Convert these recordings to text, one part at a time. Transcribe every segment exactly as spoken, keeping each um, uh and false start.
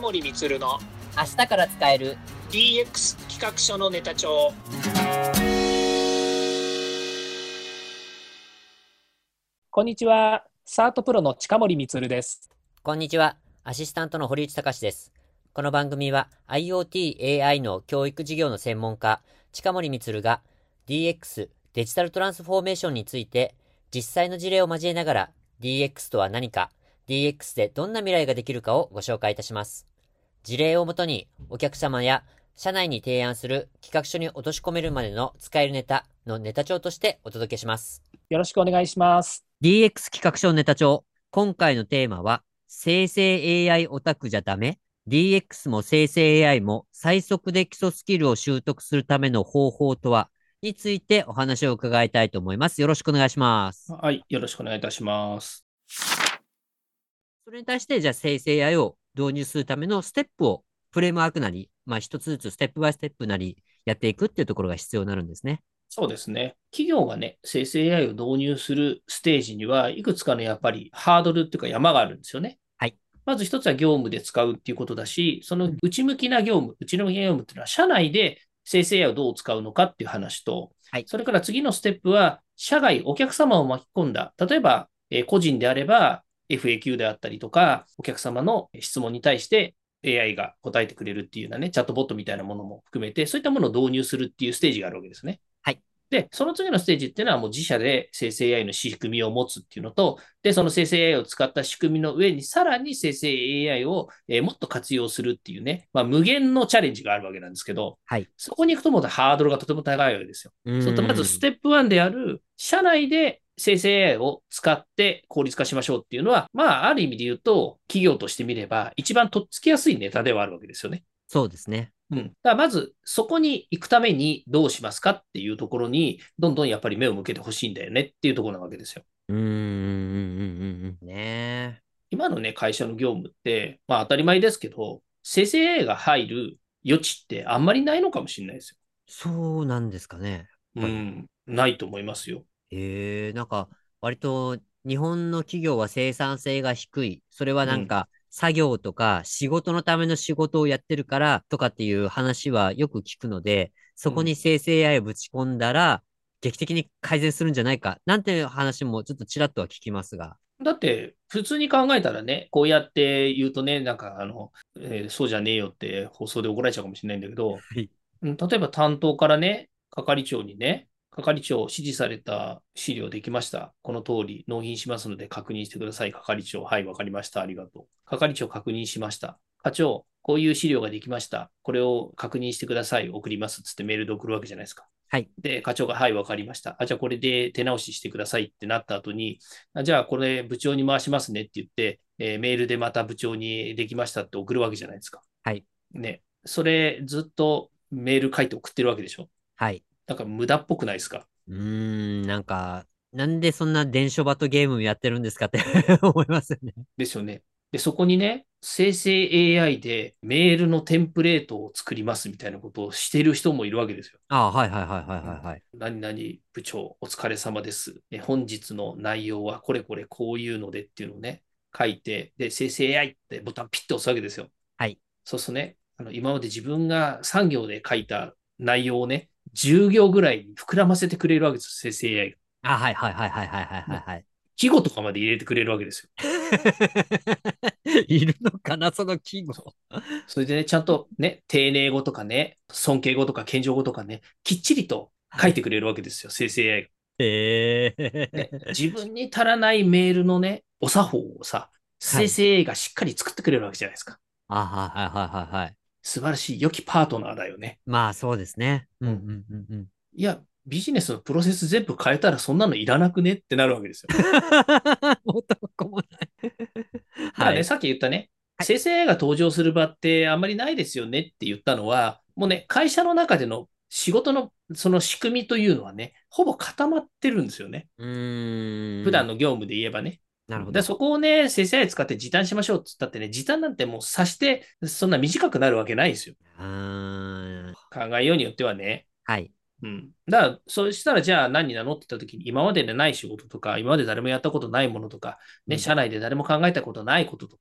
森充の明日から使えるディーエックス 企画書のネタ帳。こんにちは、サートプロの近森充です。 こんにちは、アシスタントの堀内隆です。この番組は IoT、エーアイ の教育事業の専門家、近森充が ディーエックス、デジタルトランスフォーメーションについて実際の事例を交えながら ディーエックス とは何か、ディーエックス でどんな未来ができるかをご紹介いたします。事例をもとにお客様や社内に提案する企画書に落とし込めるまでの使えるネタのネタ帳としてお届けします。 よろしくお願いします。 ディーエックス 企画書ネタ帳。今回のテーマは、生成 エーアイ オタクじゃダメ？ ディーエックス も生成 エーアイ も最速で基礎スキルを習得するための方法とはについてお話を伺いたいと思います。よろしくお願いします。 はい、よろしくお願いいたします。 それに対して、じゃあ生成 エーアイ を導入するためのステップをフレームワークなり、まあ一つずつステップバイステップなりやっていくっていうところが必要になるんですね。 そうですね。企業がね、生成 エーアイ を導入するステージには、いくつかのやっぱりハードルっていうか山があるんですよね。 はい。 まず一つは業務で使うっていうことだし、その内向きな業務、内向きな業務っていうのは、社内で生成 エーアイ をどう使うのかっていう話と、 はい。 それから次のステップは、社外、お客様を巻き込んだ、例えば、えー個人であれば エフエーキュー であったりとか、お客様の質問に対して エーアイ が答えてくれるっていうようなね、チャットボットみたいなものも含めて、そういったものを導入するっていうステージがあるわけですね。 はい。 で、その次のステージっていうのはもう自社で生成 エーアイ の仕組みを持つっていうのと、で、その生成 エーアイ を使った仕組みの上にさらに生成 エーアイ を、えーもっと活用するっていうね、まあ、無限のチャレンジがあるわけなんですけど、 はい。 そこに行くともハードルがとても高いわけですよ。 うそうするとまずーん。 ステップいちである、社内で生成 エーアイ を使って効率化しましょうっていうのは、まあ、ある意味で言うと、企業としてみれば、一番とっつきやすいネタではあるわけですよね。 そうですね。 うん。だからまず、そこに行くためにどうしますかっていうところに、どんどんやっぱり目を向けてほしいんだよねっていうところなわけですよ。 うーん。うんうんうんねえ。 今のね、会社の業務って、まあ当たり前ですけど、生成 エーアイ が入る余地ってあんまりないのかもしれないですよ。 そうなんですかね。やっぱり。 うん。ないと思いますよ。 ええ、なんか、割と日本の企業は生産性が低い。それはうん。 なんか、作業とか仕事のための仕事をやってるからとかっていう話はよく聞くので、そこにうん。 生成 エーアイ をぶち込んだら、劇的に改善するんじゃないか、なんていう話もちょっとちらっとは聞きますが。 だって、普通に考えたらね、こうやって言うとね、なんかあの、えーそうじゃねえよって放送で怒られちゃうかもしれないんだけど、 はい。 うん、例えば担当からね、係長にね、係長、指示された資料できました。この通り納品しますので確認してください。係長、はい、わかりました。ありがとう。係長、確認しました。課長、こういう資料ができました。これを確認してください。送ります。つってメールで送るわけじゃないですか。 はい。 で、課長が、はい、わかりました。あ、じゃあこれで手直ししてくださいってなった後に、あじゃあこれ部長に回しますねって言って、えーメールでまた部長にできましたって送るわけじゃないですか。 はい。 ね。それずっとメール書いて送ってるわけでしょ。 はい。 なんか無駄っぽくないですか？ うーん、なんか、なんでそんな伝書バトゲームやってるんですかって思いますよね。 ですよね。で、そこにね、生成 エーアイ でメールのテンプレートを作りますみたいなことをしている人もいるわけですよ。 ああ、はいはいはいはいうん、 はいはい。 何々部長、お疲れ様です。え本日の内容はこれこれこういうのでっていうのをね、書いて、で、生成 エーアイ ってボタンピッと押すわけですよ。 はい。 そうするとね、あの今まで自分がさん行で書いた内容をね、じゅう行ぐらいに膨らませてくれるわけですよ、生成 エーアイ が。 あ、はいはいはいはいはいはいはいね。 はい。 季語とかまで入れてくれるわけですよ。 いるのかな、その季語。 そうそれでね、ちゃんとね、丁寧語とかね、尊敬語とか謙譲語とかね、きっちりと書はい。 いてくれるわけですよ、生成 エーアイ が。 へね、 え。 自分に足らないメールのね、お作法をさ、 はい。 生成 エーアイ がしっかり作ってくれるわけじゃないですか。 あ、はいはいはいはいはい。 素晴らしい良きパートナーだよね。 まあそうですね。うんううん。 んうんうん。 いや、ビジネスのプロセス全部変えたらそんなのいらなくねってなるわけですよ。 元も子もない。 だからね、 はい。 さっき言ったね、 はい。 生成 エーアイ が登場する場ってあんまりないですよねって言ったのは、もうね、会社の中での仕事のその仕組みというのはね、ほぼ固まってるんですよね。 うーん。 普段の業務で言えばね。で、 なるほど。 そこをね、生成 エーアイ 使って時短しましょうって言ったってね、時短なんてもうさして、そんな短くなるわけないんですよ。 うーん。 考えようによってはね。 はい。 うん。だから、そうしたらじゃあ何になのって言った時に、今まででない仕事とか、今まで誰もやったことないものとか、ね、 うん。 社内で誰も考えたことないこととか、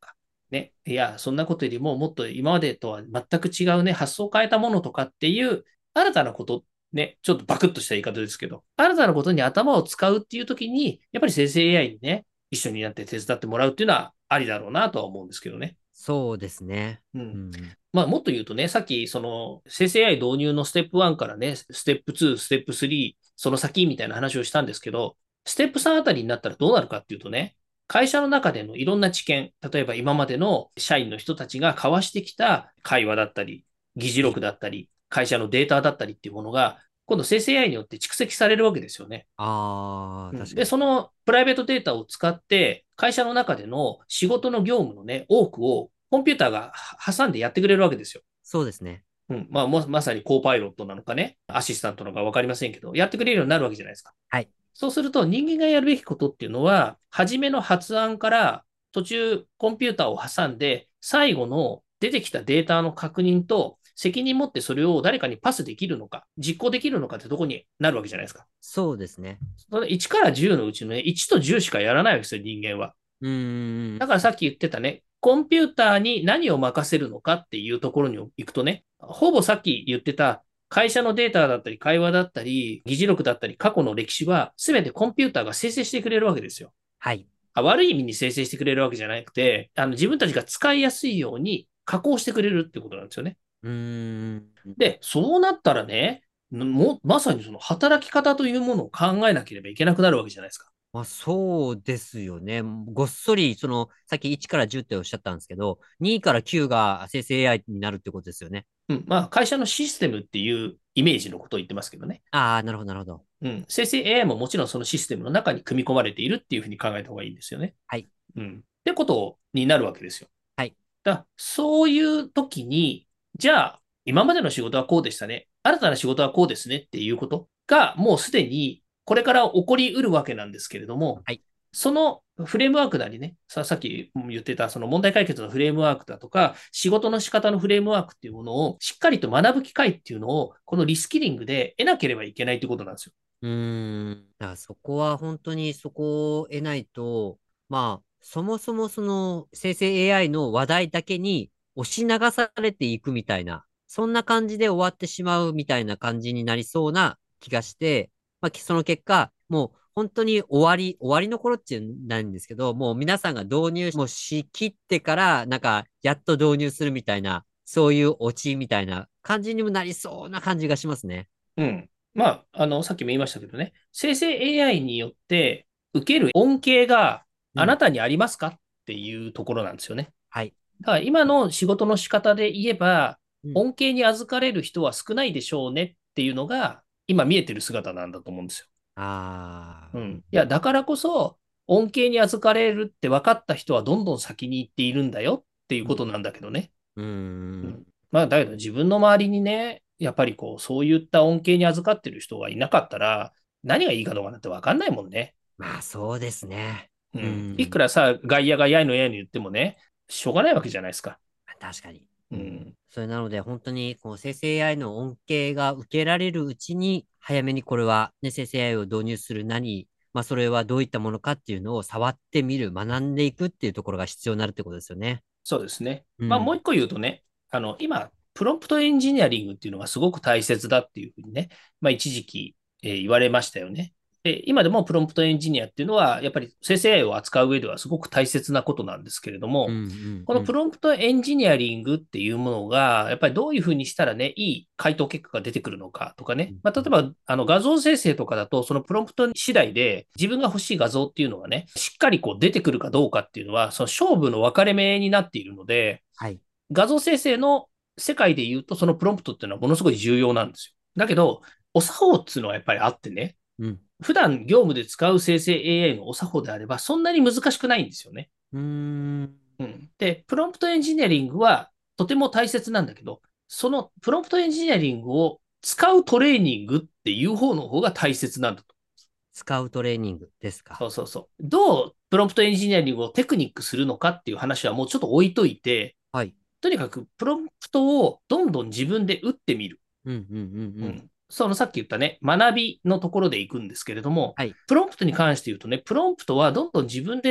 ね、いや、そんなことよりも、もっと今までとは全く違うね、発想を変えたものとかっていう、新たなこと、ね、ちょっとバクッとした言い方ですけど、新たなことに頭を使うっていう時に、やっぱり生成 エーアイ にね、一緒になって手伝ってもらうっていうのはありだろうなとは思うんですけどね。 そうですね。 うん。 うん。 まあ、もっと言うとね、さっき、その、生成 エーアイ 導入のステップワンからね、ステップツー、ステップスリー、その先みたいな話をしたんですけど、ステップスリーあたりになったらどうなるかっていうとね、会社の中でのいろんな知見、例えば今までの社員の人たちが交わしてきた会話だったり、議事録だったり、会社のデータだったりっていうものが、今度生成 エーアイ によって蓄積されるわけですよね。 ああ、 うんで、 確かに。 そのプライベートデータを使って、会社の中での仕事の業務のね、多くをコンピューターが挟んでやってくれるわけですよ。 そうですね。 うん。まあ、もまさにコーパイロットなのかね、アシスタントなのか分かりませんけど、やってくれるようになるわけじゃないですか。 はい。 そうすると、人間がやるべきことっていうのは、初めの発案から途中コンピューターを挟んで、最後の出てきたデータの確認と、責任持ってそれを誰かにパスできるのか、実行できるのかってとこになるわけじゃないですか。 そうですね。 そのいちからじゅうのうちの、ね、いちとじゅうしかやらないわけですよ、人間は。 うーん。 だからさっき言ってたね、コンピューターに何を任せるのかっていうところに行くとね、ほぼさっき言ってた会社のデータだったり、会話だったり、議事録だったり、過去の歴史は、すべてコンピューターが生成してくれるわけですよ。 はい。 悪い意味に生成してくれるわけじゃなくて、あの自分たちが使いやすいように加工してくれるってことなんですよね。 うーん。 で、そうなったらね、もまさにその働き方というものを考えなければいけなくなるわけじゃないですか。 まあ、そうですよね。ごっそり、その、さっきいちからじゅうっておっしゃったんですけど、にからきゅうが生成 エーアイ になるってことですよね。 うん、まあ、会社のシステムっていうイメージのことを言ってますけどね。 ああ、なるほど、なるほど。 うん、生成 エーアイ ももちろんそのシステムの中に組み込まれているっていうふうに考えた方がいいんですよね。 はい。 うん。ってことになるわけですよ。 はい。 だそういう時に、じゃあ、今までの仕事はこうでしたね。新たな仕事はこうですねっていうことが、もうすでにこれから起こりうるわけなんですけれども、 はい。 そのフレームワークなりね、ささっき言ってたその問題解決のフレームワークだとか、仕事の仕方のフレームワークっていうものをしっかりと学ぶ機会っていうのを、このリスキリングで得なければいけないってことなんですよ。 うーん。だからそこは本当にそこを得ないと、まあ、そもそもその生成 エーアイ の話題だけに押し流されていくみたいな、そんな感じで終わってしまうみたいな感じになりそうな気がして、まあ、その結果、もう本当に終わり、終わりの頃っていうないんですけど、もう皆さんが導入もしきってから、なんか、やっと導入するみたいな、そういうオチみたいな感じにもなりそうな感じがしますね。 うん。まあ、あの、さっきも言いましたけどね、生成 エーアイ によって受ける恩恵がうん。 あなたにありますかっていうところなんですよね。 はい。 だから今の仕事の仕方で言えば、 うん。 恩恵に預かれる人は少ないでしょうねっていうのが、今見えてる姿なんだと思うんですよ。うああ。 ん。いや、だからこそ、恩恵に預かれるって分かった人はどんどん先に行っているんだよっていううん。 ことなんだけどね。 うーん。 うん。まあ、だけど自分の周りにね、やっぱりこう、そういった恩恵に預かってる人がいなかったら、何がいいかどうかなんて分かんないもんね。 まあ、そうですね。ううん。いくん。 らさ、外野がやいのやいの言ってもね、しょうがないわけじゃないですか。 確かに。うん。 うん。 それなので、本当に、この生成 エーアイ の恩恵が受けられるうちに、早めにこれは、ね、生成 エーアイ を導入する何、まあ、それはどういったものかっていうのを触ってみる、学んでいくっていうところが必要になるってことですよね。 そうですね。まあ、もううん。 一個言うとね、あの、今、プロンプトエンジニアリングっていうのがすごく大切だっていうふうにね、まあ、一時期、えー言われましたよね。で、今でもプロンプトエンジニアっていうのは、やっぱり生成 エーアイ を扱う上ではすごく大切なことなんですけれどうん、 も、 うん、 このプうん。 ロンプトエンジニアリングっていうものが、やっぱりどういうふうにしたらね、いい回答結果が出てくるのかとかね。 うん、 まあ、例えば、あの画像生成とかだと、そのプロンプト次第で自分が欲しい画像っていうのがね、しっかりこう出てくるかどうかっていうのは、その勝負の分かれ目になっているので、 はい。 画像生成の世界で言うと、そのプロンプトっていうのはものすごい重要なんですよ。だけど、お作法っていうのはやっぱりあってね、 うん。 普段業務で使う生成 エーアイ のお作法であれば、そんなに難しくないんですよね。 うーん。 うん。で、プロンプトエンジニアリングはとても大切なんだけど、そのプロンプトエンジニアリングを使うトレーニングっていう方の方が大切なんだと。 使うトレーニングですか。 そうそうそう。どうプロンプトエンジニアリングをテクニックするのかっていう話はもうちょっと置いといて、 はい。 とにかくプロンプトをどんどん自分で打ってみる。 うん、うん、うん、うん。 うん。そのさっき言ったね、学びのところで行くんですけれども、 はい。 プロンプトに関して言うとね、プロンプトはどんどん自分でね、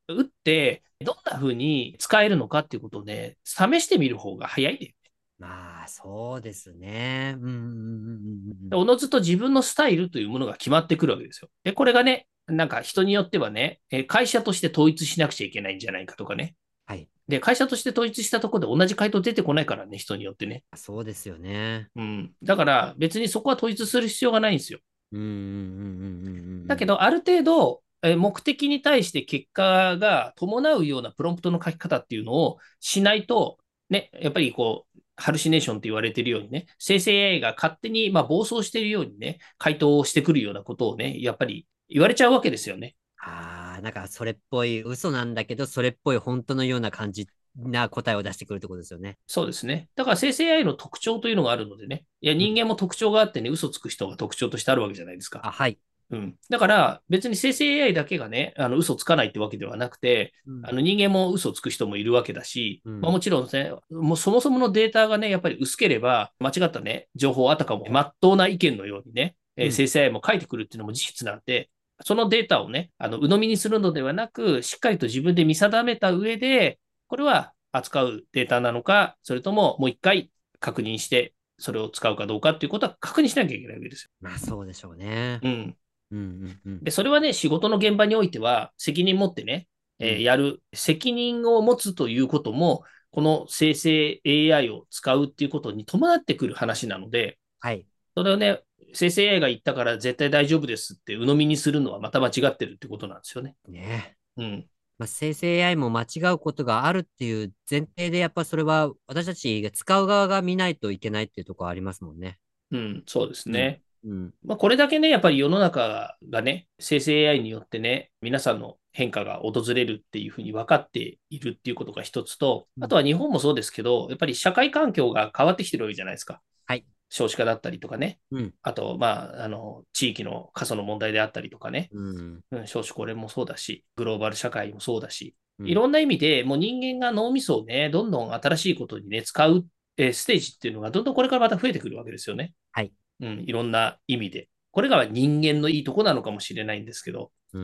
打って、どんな風に使えるのかっていうことをね、試してみる方が早いで。 まあ、そうですね。うんうんうんうんうん。 おのずと自分のスタイルというものが決まってくるわけですよ。で、これがね、なんか人によってはね、会社として統一しなくちゃいけないんじゃないかとかね。 はい。 で、会社として統一したところで同じ回答出てこないからね、人によってね。 そうですよね。 うん。だから別にそこは統一する必要がないんですよ。 うんうんうんうんうんうんうん。 だけど、ある程度、目的に対して結果が伴うようなプロンプトの書き方っていうのをしないと、ね、やっぱりこう、ハルシネーションって言われているようにね、生成 エーアイ が勝手にまあ暴走しているようにね、回答をしてくるようなことをね、やっぱり言われちゃうわけですよね。 ああ、なんかそれっぽい、嘘なんだけど、それっぽい本当のような感じな答えを出してくるってことですよね。 そうですね。だから生成 エーアイ の特徴というのがあるのでね、いやうん。 人間も特徴があってね、嘘つく人が特徴としてあるわけじゃないですか。 あ、はい。 うん。だから、別に生成 エーアイ だけがね、あの、嘘つかないってわけではなくて、 うん。 あの、人間も嘘つく人もいるわけだし、まあ、 うん。 もちろんですね、もうそもそものデータがね、やっぱり薄ければ、間違ったね、情報あたかも、まっとうな意見のようにね、えーうん。 生成 エーアイ も書いてくるっていうのも事実なんで、そのデータをね、あの、鵜呑みにするのではなく、しっかりと自分で見定めた上で、これは扱うデータなのか、それとももう一回確認して、それを使うかどうかっていうことは確認しなきゃいけないわけですよ。 まあそうでしょうね。 うん。 うんうんうん。 で、それはね、仕事の現場においては、責任持ってね、えーうん。 やる、責任を持つということも、この生成 エーアイ を使うっていうことに伴ってくる話なので、 はい。 それをね、生成 エーアイ が言ったから絶対大丈夫ですって鵜呑みにするのはまた間違ってるってことなんですよね。 ね。 うん。 まあ、生成 エーアイ も間違うことがあるっていう前提で、やっぱそれは私たちが使う側が見ないといけないっていうところありますもんね。 うん、そうですうん。 ね。 うん。 まあ、これだけね、やっぱり世の中がね、生成 エーアイ によってね、皆さんの変化が訪れるっていうふうに分かっているっていうことが一つと、 うん。 あとは日本もそうですけど、やっぱり社会環境が変わってきてるわけじゃないですか。 はい。 少子化だったりとかね。 うん。 あと、まあ、あの、地域の過疎の問題であったりとかね。 うん。 うん、少子高齢もそうだし、グローバル社会もそうだし、 うん。 いろんな意味でもう人間が脳みそをね、どんどん新しいことにね、使う、えーステージっていうのがどんどんこれからまた増えてくるわけですよね。 はい。 うん、いろんな意味で。これが人間のいいとこなのかもしれないんですけど、 うん。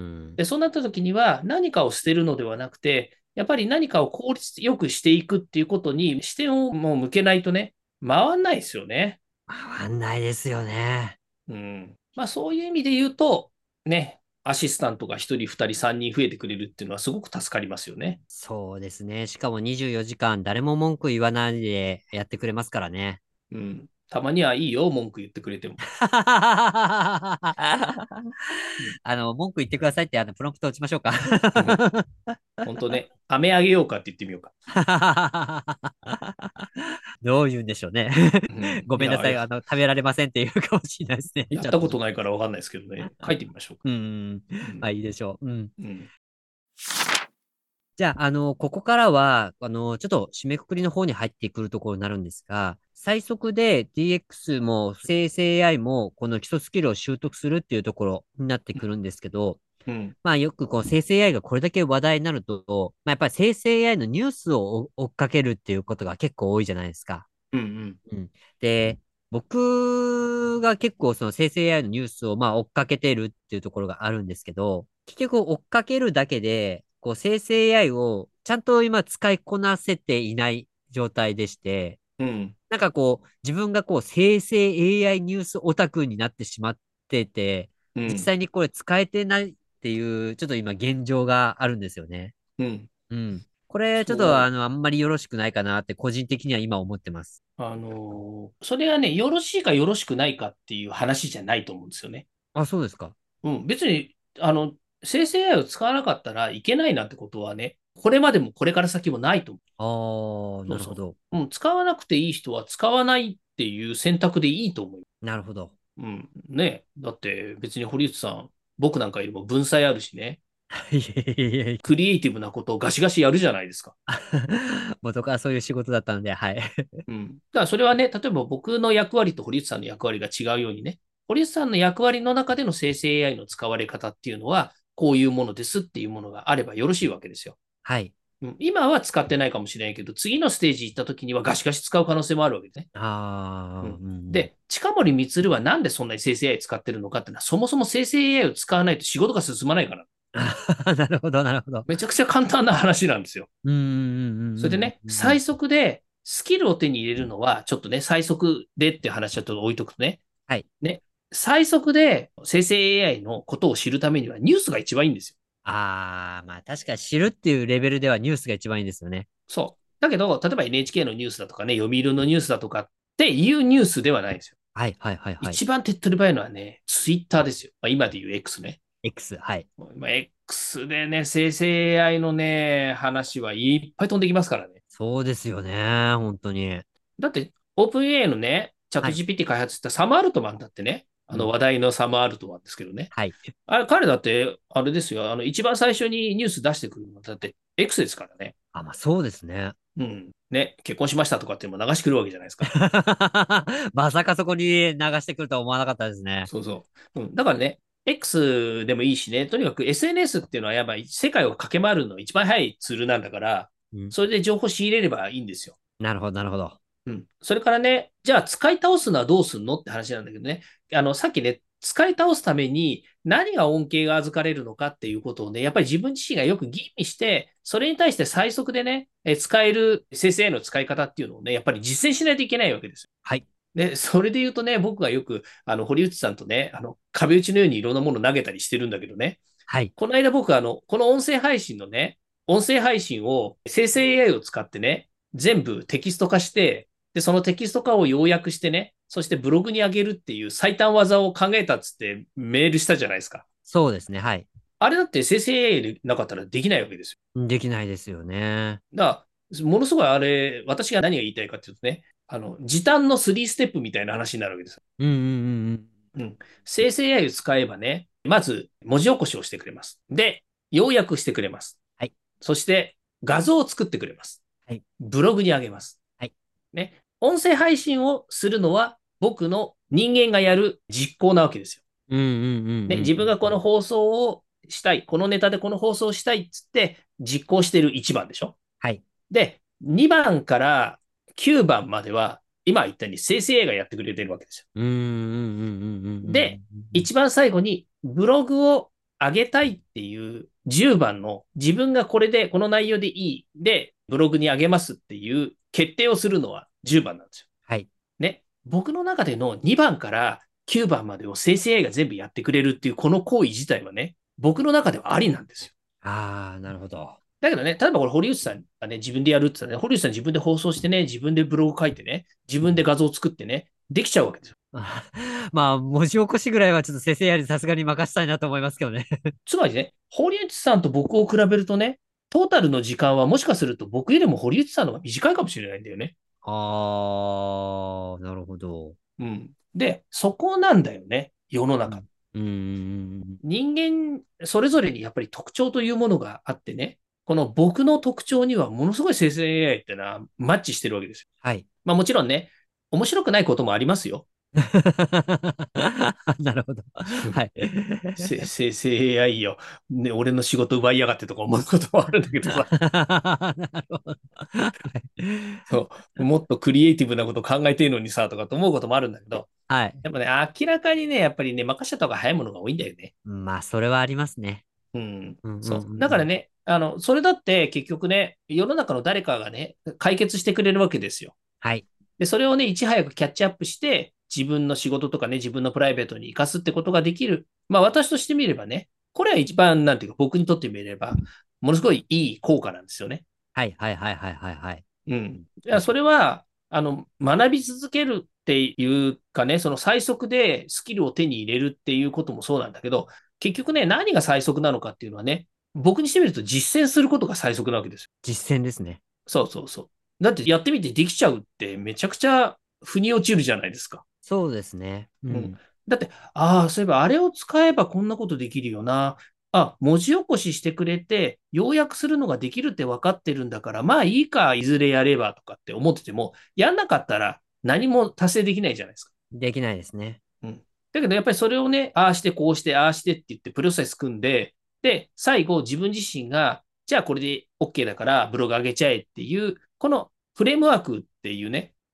で、そうなった時には何かを捨てるのではなくて、やっぱり何かを効率よくしていくっていうことに視点をもう向けないとね、回んないですよね。 回んないですよね。 うん。まあそういう意味で言うと、ね、アシスタントがひとり、ふたり、さんにん増えてくれるっていうのはすごく助かりますよね。 そうですね。しかもにじゅうよじかん誰も文句言わないでやってくれますからね。 うん。たまにはいいよ、文句言ってくれても。うん。 あの、文句言ってくださいってあのプロンプト打ちましょうか。 本当ね、飴あげようかって言ってみようか。 どう言うんでしょうね。 うん。いや、 ごめんなさい。 いや、 あの、食べられませんっていうかもしれないですね。 やったことチャットないからわかんないですけどね。書いてみましょうか。 うん。 うん。 まあいいでしょう。うん。 うん。 じゃあ、あの、ここからは、あの、ちょっと締めくくりの方に入ってくるところになるんですが、最速で ディーエックス も生成 エーアイ もこの基礎スキルを習得するっていうところになってくるんですけど、 うん。 まあよくこう生成 エーアイ がこれだけ話題になると、まあやっぱり生成 エーアイ のニュースを追追っかけるっていうことが結構多いじゃないですか。 うん。うん。 うん。で、僕が結構その生成 エーアイ のニュースをまあ追っかけてるっていうところがあるんですけど、結局追っかけるだけで、こう生成 エーアイ をちゃんと今使いこなせていない状態でして、 うん。 なんかこう自分がこう生成 エーアイ ニュースオタクになってしまってて、実うん。 際にこれ使えてないっていう、ちょっと今現状があるんですよね。 うん。 うん。これちょっとそう。 あの、あんまりよろしくないかなって個人的には今思ってます。 あのーそれはね、よろしいかよろしくないかっていう話じゃないと思うんですよね。 あ、そうですか。 うん。別に、あの、生成 エーアイ を使わなかったらいけないなんてことはね、これまでもこれから先もないと思う。 ああ、 そうそなるほど。 う。うん。使わなくていい人は使わないっていう選択でいいと思う。 なるほど。 うん。ね。だって別に堀内さん、僕なんかよりも文才あるしね。 いえいえいえ。 クリエイティブなことをガシガシやるじゃないですか。 元からそういう仕事だったので、はい。 うん。だからそれはね、例えば僕の役割と堀内さんの役割が違うようにね、堀内さんの役割の中での生成 エーアイ の使われ方っていうのは、こういうものですっていうものがあればよろしいわけですよ。 はい。 うん、今は使ってないかもしれないけど、次のステージ行った時にはガシガシ使う可能性もあるわけですね。うああ、 ん、 うん。 で、近森光はなんでそんなに生成 エーアイ 使ってるのかっていうのは、そもそも生成 エーアイ を使わないと仕事が進まないから。 あなるほど、なるほど。 めちゃくちゃ簡単な話なんですよ。 うんうんうんうんうんそれでね、 うんうん。 最速でスキルを手に入れるのは、ちょっとね、最速でって話はちょっと置いとくとね、 はい。 ね、最速で生成 エーアイ のことを知るためにはニュースが一番いいんですよ。 ああ、まあ確かに知るっていうレベルではニュースが一番いいんですよね。 そう。だけど、例えば エヌエイチケー のニュースだとかね、読売のニュースだとかっていうニュースではないんですよ。 はいはいはいはい。 一番手っ取り早いのはね、ツイッターですよ。まあ、今で言う X ね。 X、はい。 まあ、X でね、生成 エーアイ のね、話はいっぱい飛んできますからね。 そうですよね。本当に。 だって、オープン エーアイ のね、チャットはい。 ジーピーティー 開発したサム・アルトマンだってね、あうん。 の話題のサム・アルトマンですけどね。 はい。 あれ、彼だって、あれですよ、あの、一番最初にニュース出してくるのだって X ですからね。 あ、まあそうですね。 うん。ね、結婚しましたとかっていうのも流してくるわけじゃないですか。 まさかそこに流してくるとは思わなかったですね。 そうそう。うん。だからね、X でもいいしね、とにかく エスエヌエス っていうのはやっぱり世界を駆け回るの一番早いツールなんだから、 うん。 それで情報仕入れればいいんですよ。 なるほど、なるほど。 うん。それからね、じゃあ使い倒すのはどうすんのって話なんだけどね。あの、さっきね、使い倒すために何が恩恵が預かれるのかっていうことをね、やっぱり自分自身がよく吟味して、それに対して最速でね、え使える生成 エーアイ の使い方っていうのをね、やっぱり実践しないといけないわけですよ。 はい。 で、それで言うとね、僕がよく、あの、堀内さんとね、あの、壁打ちのようにいろんなもの投げたりしてるんだけどね、 はい。 この間僕、あの、この音声配信のね、音声配信を生成 エーアイ を使ってね、全部テキスト化して、で、そのテキスト化を要約してね、そしてブログに上げるっていう最短技を考えたっつってメールしたじゃないですか。 そうですね。はい。 あれだって生成 エーアイ でなかったらできないわけですよ。 できないですよね。 だから、ものすごいあれ、私が何が言いたいかっていうとね、あの、時短のスリーステップみたいな話になるわけですよ。 うんうんうんうん。 うん。生成 エーアイ を使えばね、まず文字起こしをしてくれます。で、要約してくれます。 はい。 そして画像を作ってくれます。 はい。 ブログに上げます。 はい。 ね。音声配信をするのは僕の人間がやる実行なわけですよ。 うんうんうんね。 うん自分がこうん。 の放送をしたい。このネタでこの放送をしたいっつって実行してるいちばんでしょ。 はい。 で、にばんからきゅうばんまでは今言ったように生成 エーアイ がやってくれてるわけですよ。 うんうんうんうんうんうんで、 うん。 一番最後にブログを上げたいっていうじゅうばんの自分がこれで、この内容でいいで、ブログに上げますっていう決定をするのはじゅうばんなんですよ。 はい。 ね。僕の中でのにばんからきゅうばんまでを生成 エーアイ が全部やってくれるっていうこの行為自体はね、僕の中ではありなんですよ。 ああ、なるほど。 だけどね、例えばこれ堀内さんがね、自分でやるって言ったらね、堀内さん自分で放送してね、自分でブログ書いてね、自分で画像を作ってね、できちゃうわけですよ。 あまあ、文字起こしぐらいはちょっと先生やりさすがに任したいなと思いますけどね。 つまりね、堀内さんと僕を比べるとね、トータルの時間はもしかすると僕よりも堀内さんの方が短いかもしれないんだよね。 ああ、なるほど。 うん。で、そこなんだよね、世の中。 うん。うん。 人間それぞれにやっぱり特徴というものがあってね、この僕の特徴にはものすごい生成 エーアイ ってのはマッチしてるわけですよ。 はい。 まあもちろんね、面白くないこともありますよ。 なるほど。はい。 生成 エーアイ よ、ね、俺の仕事奪いやがってとか思うこともあるんだけどさ、 なるほど。はい。 そう、もっとクリエイティブなこと考えてるのにさ、とかと思うこともあるんだけど、 はい。 やっぱね、明らかにね、やっぱりね、任せた方が早いものが多いんだよね。 まあ、それはありますね。 うん。 うんうんそう。 うんうん。 だからね、あの、それだって結局ね、世の中の誰かがね、解決してくれるわけですよ。 はい。 で、それをね、いち早くキャッチアップして、自分の仕事とかね、自分のプライベートに生かすってことができる。まあ、私としてみればね、これは一番、なんていうか、僕にとってみれば、ものすごいいい効果なんですよね。 はいはいはいはいはいはい。 うん。いや、 うんそれは、あの、学び続けるっていうかね、その最速でスキルを手に入れるっていうこともそうなんだけど、結局ね、何が最速なのかっていうのはね、僕にしてみると実践することが最速なわけですよ。 実践ですね。 そうそうそう。だってやってみてできちゃうってめちゃくちゃ腑に落ちるじゃないですか。 そうですね。ううん。 ん。 だって、ああ、そういえばあれを使えばこんなことできるよな。あ、文字起こししてくれて、要約するのができるって分かってるんだから、まあいいか、いずれやればとかって思ってても、やんなかったら何も達成できないじゃないですか。 できないですね。 うん。だけどやっぱりそれをね、ああしてこうして、ああしてって言ってプロセス組んで、で、最後自分自身が、じゃあこれで OK だからブログ上げちゃえっていう、このフレームワークっていうね、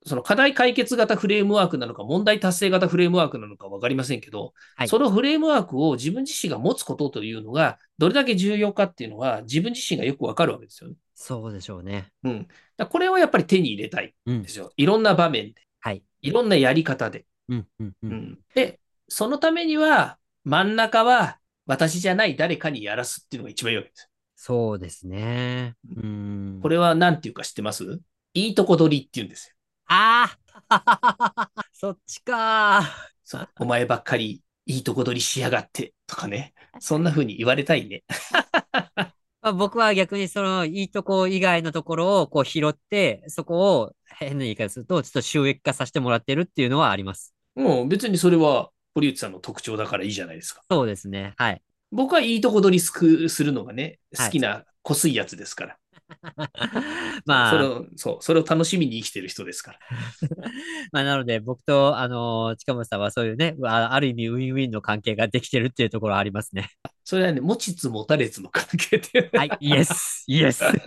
その課題解決型フレームワークなのか、問題達成型フレームワークなのか分かりませんけど、 はい。 そのフレームワークを自分自身が持つことというのが、どれだけ重要かっていうのは、自分自身がよく分かるわけですよね。 そうでしょうね。 うん。だこれをやっぱり手に入れたいうん。 ですよ。いろんな場面で、 はい。 いろんなやり方で。 うん、うん、うん。 うん。で、そのためには、真ん中は私じゃない誰かにやらすっていうのが一番いいわけです。 そうですね。うん。 これは何ていうか知ってます？いいとこ取りっていうんですよ。 ああそっちかそう、お前ばっかりいいとこ取りしやがってとかね。そんな風に言われたいね。 まあ、僕は逆にそのいいとこ以外のところをこう拾って、そこを変な言い方すると、ちょっと収益化させてもらってるっていうのはあります。 もう別にそれは堀内さんの特徴だからいいじゃないですか。 そうですね。はい。 僕はいいとこ取りすくするのがね、 はい。 好きなこすいやつですから。そう、そまあ、 れを、そう、それを楽しみに生きてる人ですから。 まあ、なので、僕と、あのー近本さんはそういうね、あある意味ウィンウィンの関係ができてるっていうところはありますね。 それはね、持ちつ持たれつの関係っていう。 はい、イエス、イエス。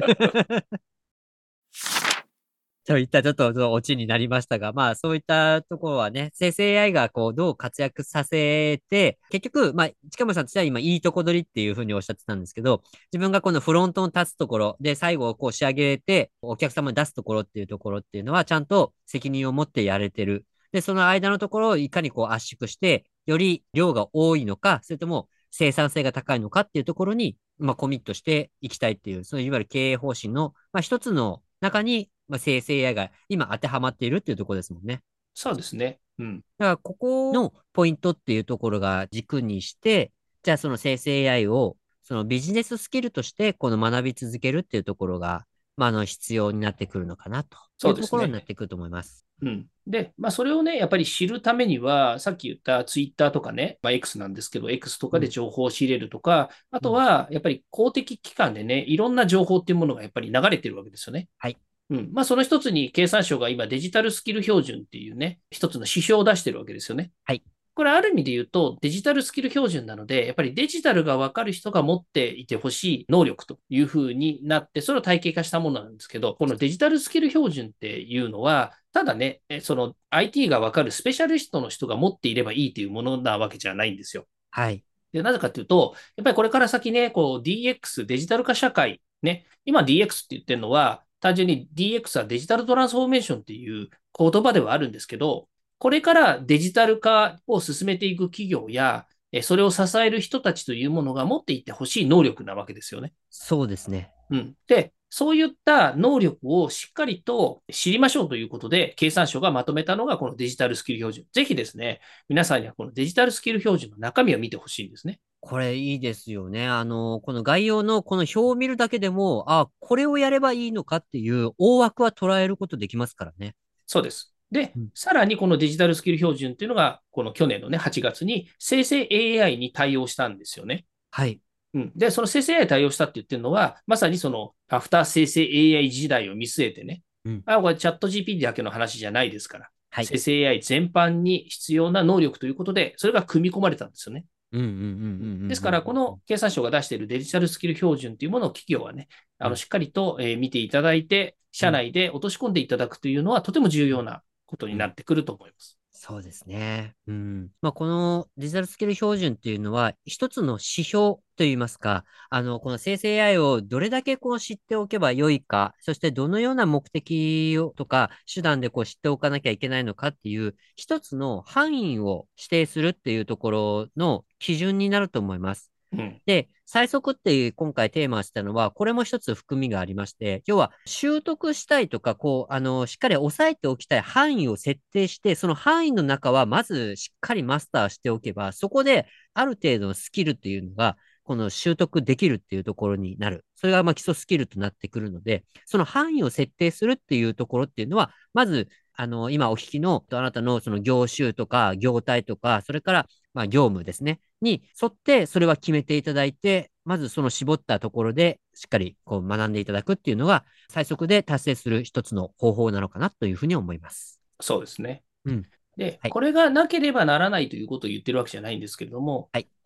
といったちょっとそのオチになりましたが、まあそういったところはね、生成 エーアイ がこうどう活躍させて、結局、まあ近本さんとしては今いいとこ取りっていうふうにおっしゃってたんですけど、自分がこのフロントに立つところで最後をこう仕上げてお客様に出すところっていうところっていうのはちゃんと責任を持ってやれてる。で、その間のところをいかにこう圧縮して、より量が多いのか、それとも生産性が高いのかっていうところに、まあ、コミットしていきたいっていう、そういういわゆる経営方針の、まあ、一つの中に、まあ、生成 エーアイ が今当てはまっているっていうところですもんね。 そうですね。うん。 だから、ここのポイントっていうところが軸にして、じゃあその生成 エーアイ を、そのビジネススキルとして、この学び続けるっていうところが、まあ、あの、必要になってくるのかなというところにそうですね。 なってくると思います。 うん。で、まあ、それをね、やっぱり知るためには、さっき言ったツイッターとかね、まあ、X なんですけど、X とかでうん。 情報を仕入れるとか、あうん。 とは、やっぱり公的機関でね、いろんな情報っていうものがやっぱり流れてるわけですよね。 はい。 うん。まあ、その一つに経産省が今デジタルスキル標準っていうね、一つの指標を出してるわけですよね。 はい。 これある意味で言うとデジタルスキル標準なので、やっぱりデジタルが分かる人が持っていてほしい能力というふうになって、それを体系化したものなんですけど、このデジタルスキル標準っていうのは、ただね、その アイティー が分かるスペシャリストの人が持っていればいいというものなわけじゃないんですよ。 はい。 で、なぜかというと、やっぱりこれから先ね、こう ディーエックス、デジタル化社会、ね、今 ディーエックス って言ってるのは、単純に ディーエックス はデジタルトランスフォーメーションっていう言葉ではあるんですけど、これからデジタル化を進めていく企業や、それを支える人たちというものが持っていってほしい能力なわけですよね。 そうですね。 うん。で、そういった能力をしっかりと知りましょうということで、経産省がまとめたのがこのデジタルスキル標準。ぜひですね、皆さんにはこのデジタルスキル標準の中身を見てほしいんですね。 これいいですよね。あの、この概要のこの表を見るだけでも、あ、これをやればいいのかっていう大枠は捉えることできますからね。 そうです。で、 うん。 さらにこのデジタルスキル標準っていうのが、この去年のね、はちがつに生成 エーアイ に対応したんですよね。 はい。 うん、で、その生成 エーアイ 対応したって言ってるのは、まさにそのアフター生成 エーアイ 時代を見据えてね、 うん。 あ、これチャット ジーピーティー だけの話じゃないですから、 はい。 生成 エーアイ 全般に必要な能力ということで、それが組み込まれたんですよね。 うんうんうんうんうんですから、こうんうん。 の経産省が出しているデジタルスキル標準というものを企業はね、あのうんしっかりと、えー見ていただいて、社うん内で落とし込んでいただくというのはとても重要なことにうん。 なってくると思います。 そうですね。うん。まあ、このデジタルスキル標準っていうのは、一つの指標といいますか、あの、この生成 エーアイ をどれだけこう知っておけばよいか、そしてどのような目的をとか手段でこう知っておかなきゃいけないのかっていう、一つの範囲を指定するっていうところの基準になると思います。 うん。 で、最速っていう今回テーマしたのは、これも一つ含みがありまして、要は習得したいとか、こう、あの、しっかり押さえておきたい範囲を設定して、その範囲の中はまずしっかりマスターしておけば、そこである程度のスキルっていうのが、この習得できるっていうところになる。それがまあ基礎スキルとなってくるので、その範囲を設定するっていうところっていうのは、まず、あの、今お聞きの、あなたのその業種とか業態とか、それからまあ業務ですね。に沿って、それは決めていただいて、まずその絞ったところで、しっかりこう学んでいただくっていうのが、最速で達成する一つの方法なのかなというふうに思います。 そうですね。 うん。 で、 はい。 これがなければならないということを言ってるわけじゃないんですけれども、 はい。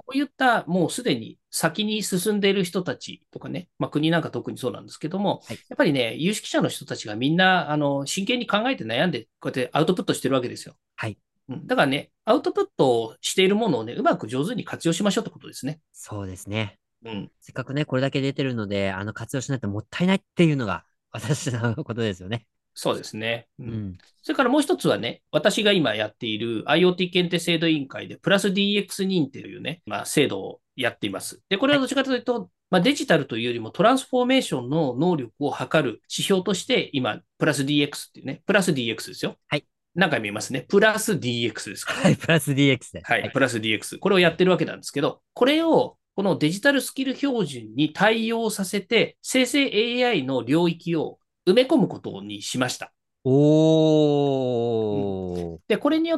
こういったもうすでに先に進んでいる人たちとかね、まあ、国なんか特にそうなんですけども、 はい。 やっぱりね、有識者の人たちがみんなあの真剣に考えて悩んで、こうやってアウトプットしてるわけですよ。 はい。 うん、だからね、アウトプットをしているものをね、うまく上手に活用しましょうってことですね。 そうですね。 うん。 せっかくね、これだけ出てるので、あの、活用しないともったいないっていうのが、私のことですよね。 そうですね。うん。 うん。 それからもう一つはね、私が今やっている IoT 検定制度委員会で、プラス ディーエックス 認定というね、まあ、制度をやっています。で、これはい。 はどちらかというと、まあ、デジタルというよりもトランスフォーメーションの能力を測る指標として、今、プラス ディーエックス っていうね、プラス ディーエックス ですよ。 はい。 何回も言いますね。プラス ディーエックス ですから。 はい。プラス ディーエックス で。 はい。 はい。 プラス ディーエックス。これをやってるわけなんですけど、これをこのデジタルスキル標準に対応させて、生成 エーアイ の領域を埋め込むことにしました。うん、 おー。 で、これによって、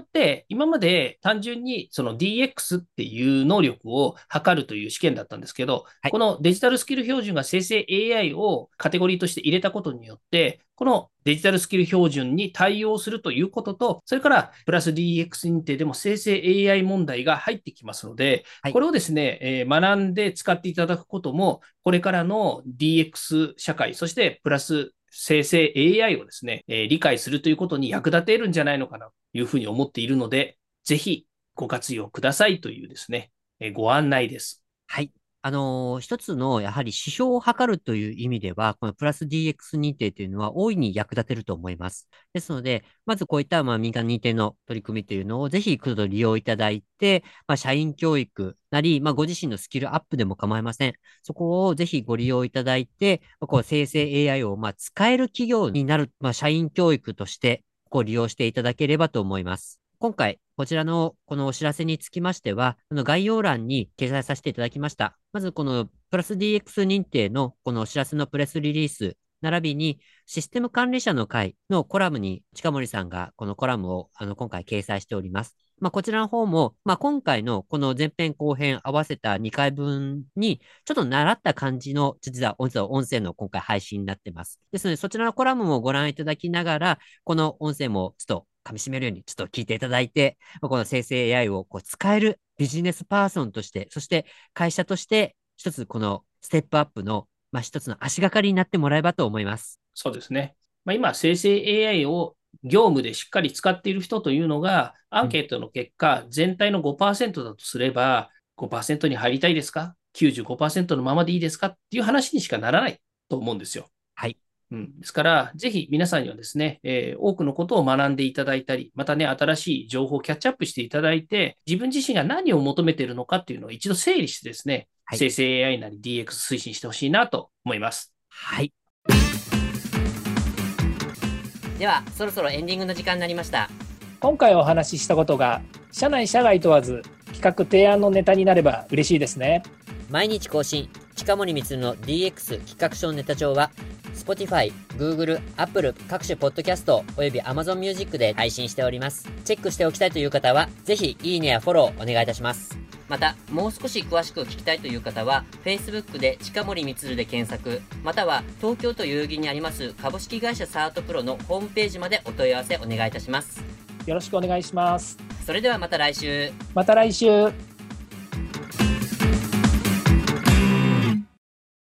今まで単純にその ディーエックス っていう能力を測るという試験だったんですけど、 はい。 このデジタルスキル標準が生成 エーアイ をカテゴリーとして入れたことによって、このデジタルスキル標準に対応するということと、それからプラス ディーエックス 認定でも生成 エーアイ 問題が入ってきますので、 はい。 これをですね、えー学んで使っていただくことも、これからの ディーエックス 社会、そしてプラス生成 エーアイ をですね、えー理解するということに役立てるんじゃないのかなというふうに思っているので、ぜひご活用くださいというですね、えーご案内です。 はい。あのー一つの、やはり指標を測るという意味では、このプラス ディーエックス 認定というのは大いに役立てると思います。ですので、まずこういった、まあ、民間認定の取り組みというのをぜひ、くど利用いただいて、まあ、社員教育なり、まあ、ご自身のスキルアップでも構いません。そこをぜひご利用いただいて、まあこう生成 エーアイ を、まあ、使える企業になる、まあ、社員教育として、こう利用していただければと思います。今回、こちらのこのお知らせにつきましては、あの概要欄に掲載させていただきました。まずこのプラス ディーエックス 認定のこのお知らせのプレスリリース、並びにシステム管理者の会のコラムに近森さんがこのコラムをあの今回掲載しております。まあ、こちらの方も、まあ、今回のこの前編後編合わせたにかいぶんにちょっと習った感じの実は音声の今回配信になってます。ですのでそちらのコラムもご覧いただきながら、この音声もちょっと噛み締めるようにちょっと聞いていただいて、この生成 エーアイ をこう使えるビジネスパーソンとして、そして会社として一つこのステップアップの、まあ、一つの足がかりになってもらえばと思います。 そうですね。まあ、今、生成 エーアイ を業務でしっかり使っている人というのが、アうん。 ンケートの結果、全体のごパーセントだとすれば、ごパーセントに入りたいですか？ きゅうじゅうごパーセント のままでいいですかっていう話にしかならないと思うんですよ。 はい。 うん、ですから、ぜひ皆さんにはですね、えー多くのことを学んでいただいたり、またね、新しい情報をキャッチアップしていただいて、自分自身が何を求めているのかっていうのを一度整理してですね、 はい。 生成 エーアイ なり ディーエックス 推進してほしいなと思います。 はい。では、そろそろエンディングの時間になりました。 今回お話ししたことが社内社外問わず企画提案のネタになれば嬉しいですね。 毎日更新、近森光の ディーエックス 企画書ネタ帳は、Spotify、Google、Apple 各種ポッドキャストおよび Amazon Music で配信しております。チェックしておきたいという方は、ぜひいいねやフォローお願いいたします。また、もう少し詳しく聞きたいという方は、Facebook で近森光で検索、または東京都代々木にあります株式会社サートプロのホームページまでお問い合わせお願いいたします。 よろしくお願いします。 それではまた来週。 また来週。